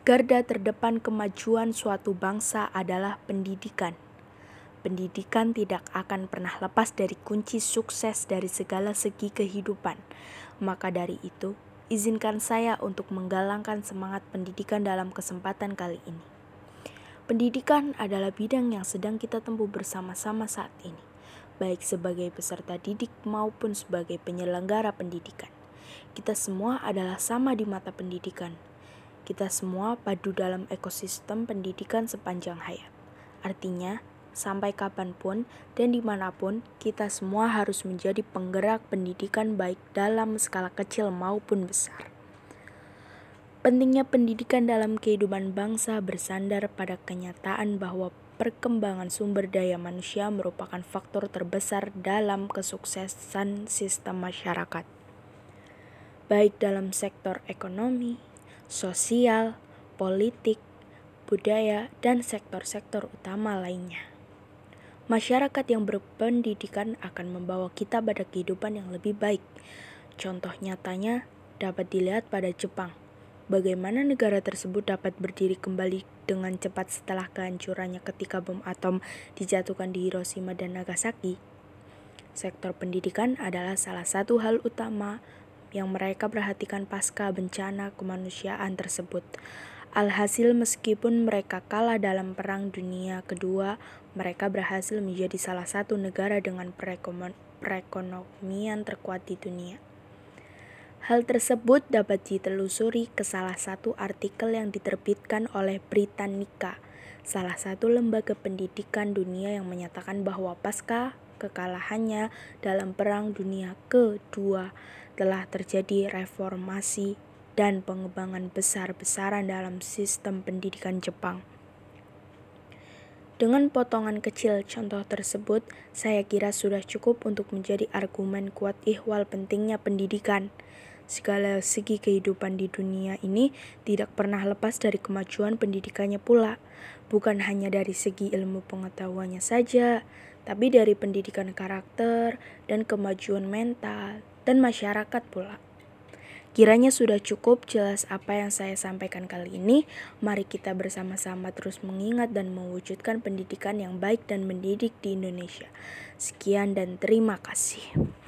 Garda terdepan kemajuan suatu bangsa adalah pendidikan. Pendidikan tidak akan pernah lepas dari kunci sukses dari segala segi kehidupan. Maka dari itu, izinkan saya untuk menggalangkan semangat pendidikan dalam kesempatan kali ini. Pendidikan adalah bidang yang sedang kita tempuh bersama-sama saat ini, baik sebagai peserta didik maupun sebagai penyelenggara pendidikan. Kita semua adalah sama di mata pendidikan. Kita semua padu dalam ekosistem pendidikan sepanjang hayat. Artinya, sampai kapanpun dan dimanapun, kita semua harus menjadi penggerak pendidikan baik dalam skala kecil maupun besar. Pentingnya pendidikan dalam kehidupan bangsa bersandar pada kenyataan bahwa perkembangan sumber daya manusia merupakan faktor terbesar dalam kesuksesan sistem masyarakat, baik dalam sektor ekonomi, sosial, politik, budaya, dan sektor-sektor utama lainnya. Masyarakat yang berpendidikan akan membawa kita pada kehidupan yang lebih baik. Contoh nyatanya dapat dilihat pada Jepang. Bagaimana negara tersebut dapat berdiri kembali dengan cepat setelah kehancurannya ketika bom atom dijatuhkan di Hiroshima dan Nagasaki. Sektor pendidikan adalah salah satu hal utama yang mereka perhatikan pasca bencana kemanusiaan tersebut. Alhasil, meskipun mereka kalah dalam Perang Dunia Kedua, mereka berhasil menjadi salah satu negara dengan perekonomian terkuat di dunia. Hal tersebut dapat ditelusuri ke salah satu artikel yang diterbitkan oleh Britannica, salah satu lembaga pendidikan dunia, yang menyatakan bahwa pasca kekalahannya dalam Perang Dunia Kedua telah terjadi reformasi dan pengembangan besar-besaran dalam sistem pendidikan Jepang. Dengan potongan kecil contoh tersebut, saya kira sudah cukup untuk menjadi argumen kuat ihwal pentingnya pendidikan. Segala segi kehidupan di dunia ini tidak pernah lepas dari kemajuan pendidikannya pula. Bukan hanya dari segi ilmu pengetahuannya saja, tapi dari pendidikan karakter dan kemajuan mental dan masyarakat pula. Kiranya sudah cukup jelas apa yang saya sampaikan kali ini. Mari kita bersama-sama terus mengingat dan mewujudkan pendidikan yang baik dan mendidik di Indonesia. Sekian dan terima kasih.